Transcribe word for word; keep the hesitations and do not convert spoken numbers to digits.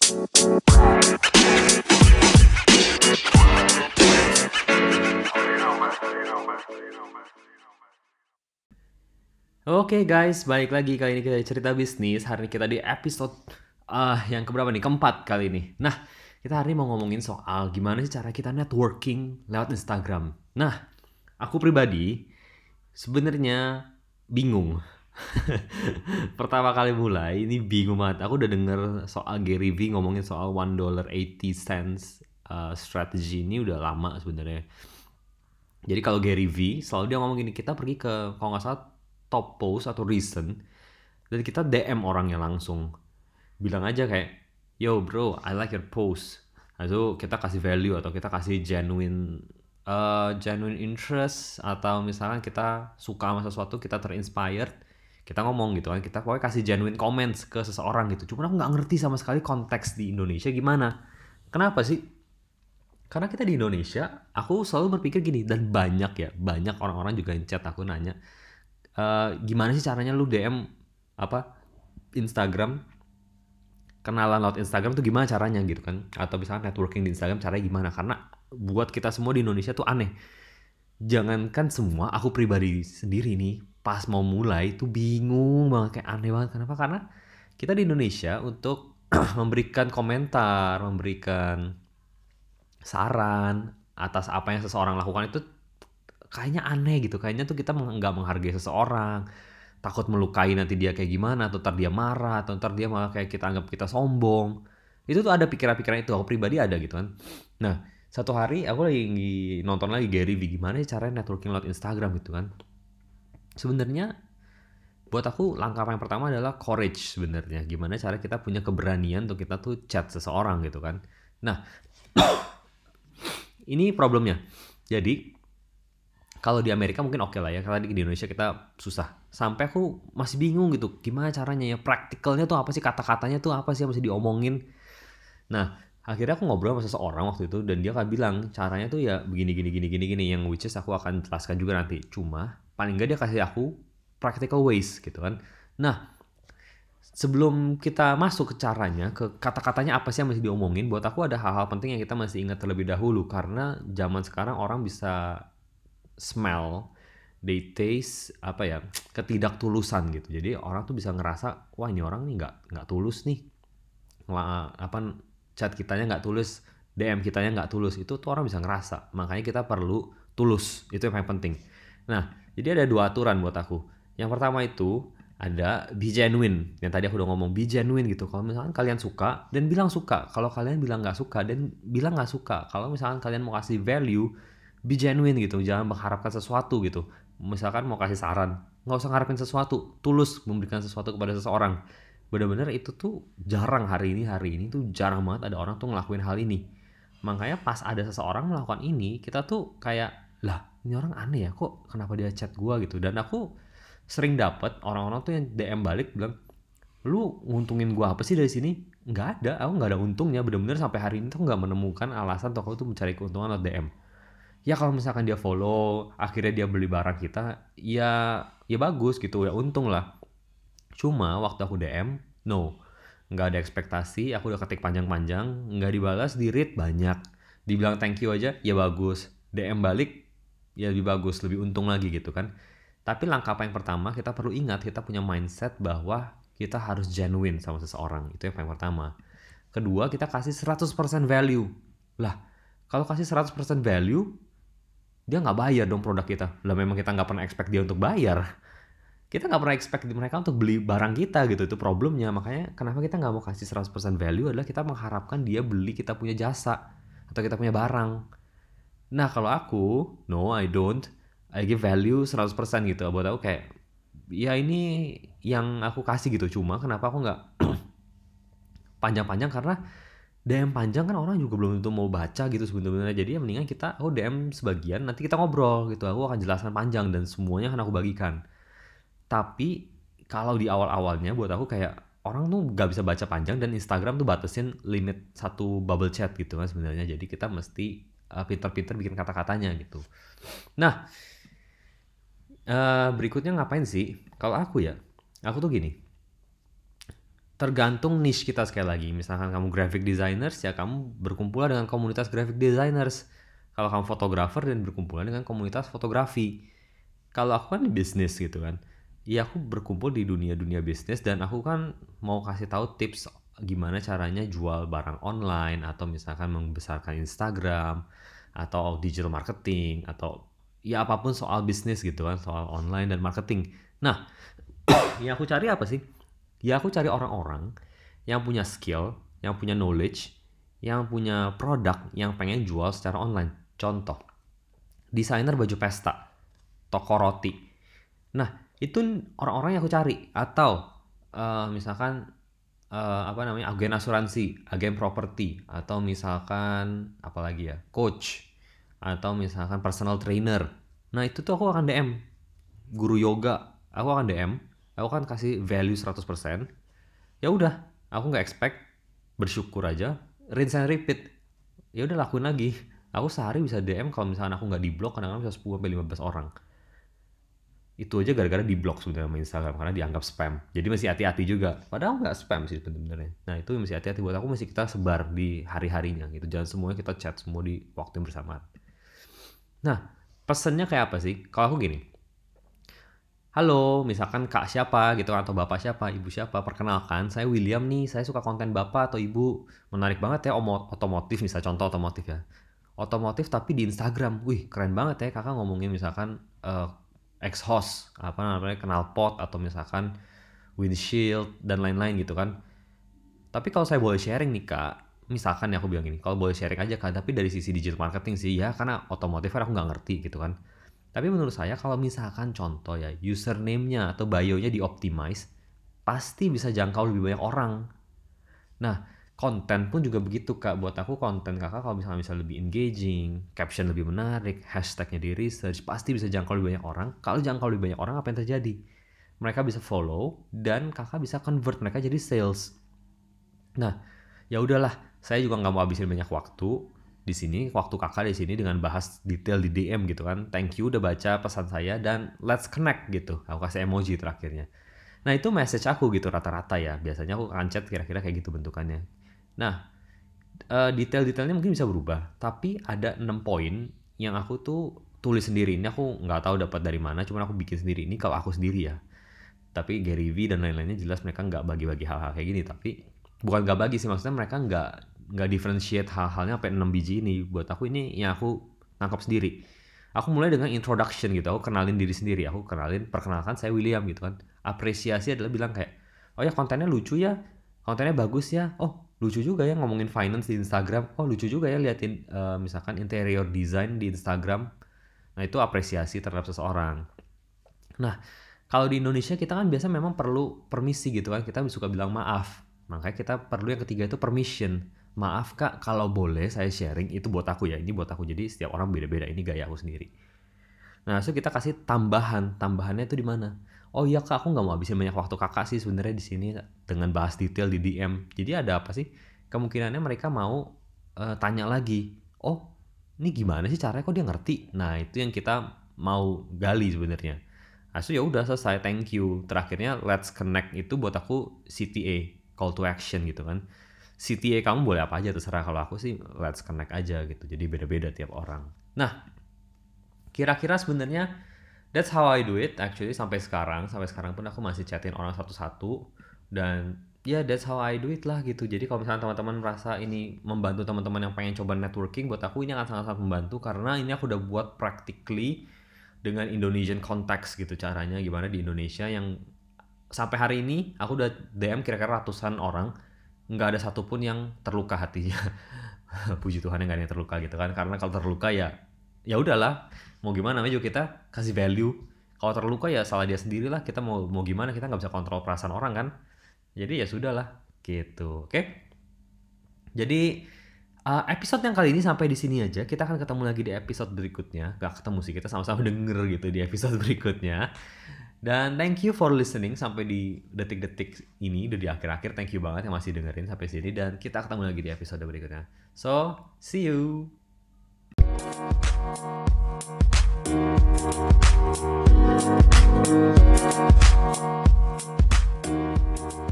Oke guys, balik lagi kali ini kita cerita bisnis. Hari ini kita di episode ah yang keberapa nih? Keempat kali ini. Nah, kita hari ini mau ngomongin soal gimana sih cara kita networking lewat Instagram. Nah, aku pribadi sebenarnya bingung. Pertama kali mulai ini bingung banget. Aku udah denger soal Gary Vee ngomongin soal one dollar eighty cents uh, strategy ini udah lama sebenarnya. Jadi kalau Gary Vee selalu dia ngomong gini, kita pergi ke kalau nggak salah top post atau recent dan kita D M orangnya langsung. Bilang aja kayak, yo bro, I like your post. Lalu kita kasih value atau kita kasih genuine uh, genuine interest atau misalkan kita suka sama sesuatu, kita terinspired, kita ngomong gitu kan, kita pokoknya kasih genuine comments ke seseorang gitu. Cuma aku nggak ngerti sama sekali konteks di Indonesia gimana. Kenapa sih? Karena kita di Indonesia, aku selalu berpikir gini, dan banyak ya, banyak orang-orang juga yang chat aku nanya, "Eh, gimana sih caranya lu D M apa Instagram, kenalan lewat Instagram tuh gimana caranya gitu kan? Atau misalnya networking di Instagram caranya gimana?" Karena buat kita semua di Indonesia tuh aneh. Jangankan semua, aku pribadi sendiri nih, pas mau mulai tuh bingung banget, kayak aneh banget. Kenapa? Karena kita di Indonesia untuk memberikan komentar, memberikan saran atas apa yang seseorang lakukan itu kayaknya aneh gitu. Kayaknya tuh kita nggak menghargai seseorang, takut melukai nanti dia kayak gimana, atau ntar dia marah, atau ntar dia malah kayak kita anggap kita sombong. Itu tuh ada pikiran-pikiran itu, aku pribadi ada gitu kan. Nah, satu hari aku lagi nonton lagi Gary Vee, gimana sih caranya networking lewat Instagram gitu kan. Sebenarnya buat aku langkah yang pertama adalah courage sebenarnya. Gimana cara kita punya keberanian untuk kita tuh chat seseorang gitu kan. Nah, ini problemnya. Jadi kalau di Amerika mungkin oke lah ya, karena di Indonesia kita susah. Sampai aku masih bingung gitu, gimana caranya ya, praktikalnya tuh apa sih, kata-katanya tuh apa sih yang mesti diomongin. Nah, akhirnya aku ngobrol sama seseorang waktu itu, dan dia kan bilang, caranya tuh ya begini, gini, gini, gini, gini, yang which is aku akan jelaskan juga nanti. Cuma, paling nggak dia kasih aku practical ways gitu kan. Nah, sebelum kita masuk ke caranya, ke kata-katanya apa sih yang mesti diomongin, buat aku ada hal-hal penting yang kita masih ingat terlebih dahulu. Karena zaman sekarang orang bisa smell, they taste apa ya, ketidaktulusan gitu. Jadi orang tuh bisa ngerasa, wah ini orang nih nggak nggak tulus nih, Wah, apa chat kitanya nggak tulus, D M kitanya nggak tulus. Itu tuh orang bisa ngerasa. Makanya kita perlu tulus, itu yang paling penting. Nah, jadi ada dua aturan buat aku. Yang pertama itu ada be genuine, yang tadi aku udah ngomong, be genuine gitu. Kalau misalkan kalian suka dan bilang suka, kalau kalian bilang nggak suka dan bilang nggak suka, kalau misalkan kalian mau kasih value, be genuine gitu, jangan mengharapkan sesuatu gitu. Misalkan mau kasih saran, nggak usah ngarepin sesuatu, tulus memberikan sesuatu kepada seseorang. Bener-bener itu tuh jarang, hari ini hari ini tuh jarang banget ada orang tuh ngelakuin hal ini. Makanya pas ada seseorang melakukan ini, kita tuh kayak, lah ini orang aneh ya, kok kenapa dia chat gua gitu. Dan aku sering dapet orang-orang tuh yang D M balik bilang, lu nguntungin gua apa sih dari sini? Nggak ada, aku nggak ada untungnya. Bener-bener sampai hari ini tuh nggak menemukan alasan untuk aku tuh mencari keuntungan lewat D M. Ya kalau misalkan dia follow, akhirnya dia beli barang kita, ya ya bagus gitu, ya untung lah. Cuma waktu aku D M, no, nggak ada ekspektasi, aku udah ketik panjang-panjang, nggak dibalas, di read banyak, dibilang thank you aja, ya bagus, D M balik, ya lebih bagus, lebih untung lagi gitu kan. Tapi langkah apa yang pertama, kita perlu ingat, kita punya mindset bahwa kita harus genuine sama seseorang, itu yang paling pertama. Kedua, kita kasih seratus persen value. Lah, kalau kasih seratus persen value, dia nggak bayar dong produk kita. Lah memang kita nggak pernah expect dia untuk bayar. Kita nggak pernah expect mereka untuk beli barang kita gitu, itu problemnya. Makanya kenapa kita nggak mau kasih seratus persen value adalah kita mengharapkan dia beli kita punya jasa atau kita punya barang. Nah kalau aku, no I don't, I give value seratus persen gitu. Buat aku kayak, ya ini yang aku kasih gitu. Cuma kenapa aku nggak panjang-panjang, karena D M panjang kan orang juga belum tentu mau baca gitu sebenarnya. Jadi ya mendingan kita, oh D M sebagian, nanti kita ngobrol gitu. Aku akan jelaskan panjang dan semuanya akan aku bagikan. Tapi kalau di awal-awalnya buat aku kayak orang tuh gak bisa baca panjang, dan Instagram tuh batasin limit satu bubble chat gitu kan sebenarnya. Jadi kita mesti uh, pinter-pinter bikin kata-katanya gitu. Nah, uh, berikutnya ngapain sih? Kalau aku ya, aku tuh gini. tergantung niche kita sekali lagi. Misalkan kamu graphic designers, ya kamu berkumpul dengan komunitas graphic designers. Kalau kamu fotografer, dan berkumpul dengan komunitas fotografi. Kalau aku kan di bisnis gitu kan, ya aku berkumpul di dunia-dunia bisnis, dan aku kan mau kasih tahu tips gimana caranya jual barang online, atau misalkan membesarkan Instagram, atau digital marketing, atau ya apapun soal bisnis gitu kan, soal online dan marketing. Nah, yang aku cari apa sih? Ya aku cari orang-orang yang punya skill, yang punya knowledge, yang punya produk yang pengen jual secara online. Contoh, desainer baju pesta, toko roti. Nah, itu orang-orang yang aku cari. Atau uh, misalkan uh, apa namanya, agen asuransi, agen properti, atau misalkan apalagi ya, coach, atau misalkan personal trainer. Nah, itu tuh aku akan D M. Guru yoga, aku akan D M. Aku kan kasih value seratus persen. Ya udah, aku nggak expect, bersyukur aja, rinse and repeat. Ya udah, lakuin lagi. Aku sehari bisa D M, kalau misalnya aku nggak di blok, kadang-kadang bisa sepuluh sampai lima belas orang. Itu aja gara-gara di blok sebenarnya sama Instagram, karena dianggap spam. Jadi masih hati-hati juga. Padahal nggak spam sih sebenarnya. Nah, itu masih hati-hati buat aku, masih kita sebar di hari-harinya gitu. Jangan semuanya kita chat semua di waktu yang bersamaan. Nah, pesennya kayak apa sih? Kalau aku gini, halo, misalkan kak siapa gitu, atau bapak siapa, ibu siapa, perkenalkan, saya William nih, saya suka konten bapak atau ibu, menarik banget ya otomotif, misal contoh otomotif ya, otomotif tapi di Instagram, wih keren banget ya kakak ngomongin misalkan uh, exhaust, apa namanya, knalpot, atau misalkan windshield, dan lain-lain gitu kan. Tapi kalau saya boleh sharing nih kak, misalkan ya aku bilang gini, kalau boleh sharing aja kak, tapi dari sisi digital marketing sih ya, karena otomotif kan aku nggak ngerti gitu kan. Tapi menurut saya kalau misalkan contoh ya, username-nya atau bio-nya di-optimize, pasti bisa jangkau lebih banyak orang. Nah, konten pun juga begitu kak. Buat aku konten kakak kalau misalnya bisa lebih engaging, caption lebih menarik, hashtagnya di research, pasti bisa jangkau lebih banyak orang. Kalau jangkau lebih banyak orang, apa yang terjadi? Mereka bisa follow, dan kakak bisa convert mereka jadi sales. Nah, ya udahlah, saya juga nggak mau habisin banyak waktu di sini, waktu kakak di sini dengan bahas detail di D M gitu kan. Thank you udah baca pesan saya, dan let's connect gitu. Aku kasih emoji terakhirnya. Nah, itu message aku gitu rata-rata ya. Biasanya aku akan chat kira-kira kayak gitu bentukannya. Nah, uh, detail-detailnya mungkin bisa berubah, tapi ada enam poin yang aku tuh tulis sendiri. Ini aku nggak tahu dapat dari mana, cuman aku bikin sendiri. Ini kalau aku sendiri ya. Tapi Gary Vee dan lain-lainnya jelas mereka nggak bagi-bagi hal-hal kayak gini. Tapi bukan nggak bagi sih, maksudnya mereka nggak nggak differentiate hal-halnya sampai enam biji ini. Buat aku ini yang aku nangkap sendiri. Aku mulai dengan introduction gitu, aku kenalin diri sendiri, aku kenalin, perkenalkan saya William gitu kan. Apresiasi adalah bilang kayak, oh ya kontennya lucu ya, kontennya bagus ya, oh lucu juga ya ngomongin finance di Instagram, oh lucu juga ya liatin uh, misalkan interior design di Instagram. Nah, itu apresiasi terhadap seseorang. Nah, kalau di Indonesia kita kan biasa memang perlu permisi gitu kan, kita suka bilang maaf. Makanya kita perlu yang ketiga itu permission. Maaf kak, kalau boleh saya sharing, itu buat aku ya, ini buat aku. Jadi setiap orang beda-beda, ini gaya aku sendiri. Nah, so kita kasih tambahan, tambahannya itu di mana? Oh iya kak, aku nggak mau habisin banyak waktu kakak sih sebenarnya di sini dengan bahas detail di D M. Jadi ada apa sih? Kemungkinannya mereka mau uh, tanya lagi. Oh, ini gimana sih caranya? Kok dia ngerti? Nah, itu yang kita mau gali sebenarnya. Nah, so ya udah selesai, thank you. Terakhirnya let's connect itu buat aku C T A, call to action gitu kan. C T A kamu boleh apa aja terserah, kalau aku sih let's connect aja gitu. Jadi beda-beda tiap orang. Nah, kira-kira sebenarnya that's how I do it actually sampai sekarang. Sampai sekarang pun aku masih chatin orang satu-satu, dan ya yeah, that's how I do it lah gitu. Jadi kalau misalnya teman-teman merasa ini membantu teman-teman yang pengen coba networking, buat aku ini akan sangat-sangat membantu, karena ini aku udah buat practically dengan Indonesian context gitu, caranya gimana di Indonesia yang sampai hari ini aku udah D M kira-kira ratusan orang, nggak ada satupun yang terluka hatinya. Puji Tuhan nggak ada yang terluka gitu kan, karena kalau terluka ya ya udahlah, mau gimana namanya juga kita kasih value. Kalau terluka ya salah dia sendiri lah, kita mau mau gimana, kita nggak bisa kontrol perasaan orang kan. Jadi ya sudahlah gitu. Oke, jadi uh, episode yang kali ini sampai di sini aja. Kita akan ketemu lagi di episode berikutnya. Gak ketemu sih, kita sama-sama denger gitu di episode berikutnya. Dan thank you for listening sampai di detik-detik ini, udah di akhir-akhir. Thank you banget yang masih dengerin sampai sini, dan kita ketemu lagi di episode berikutnya. So, see you.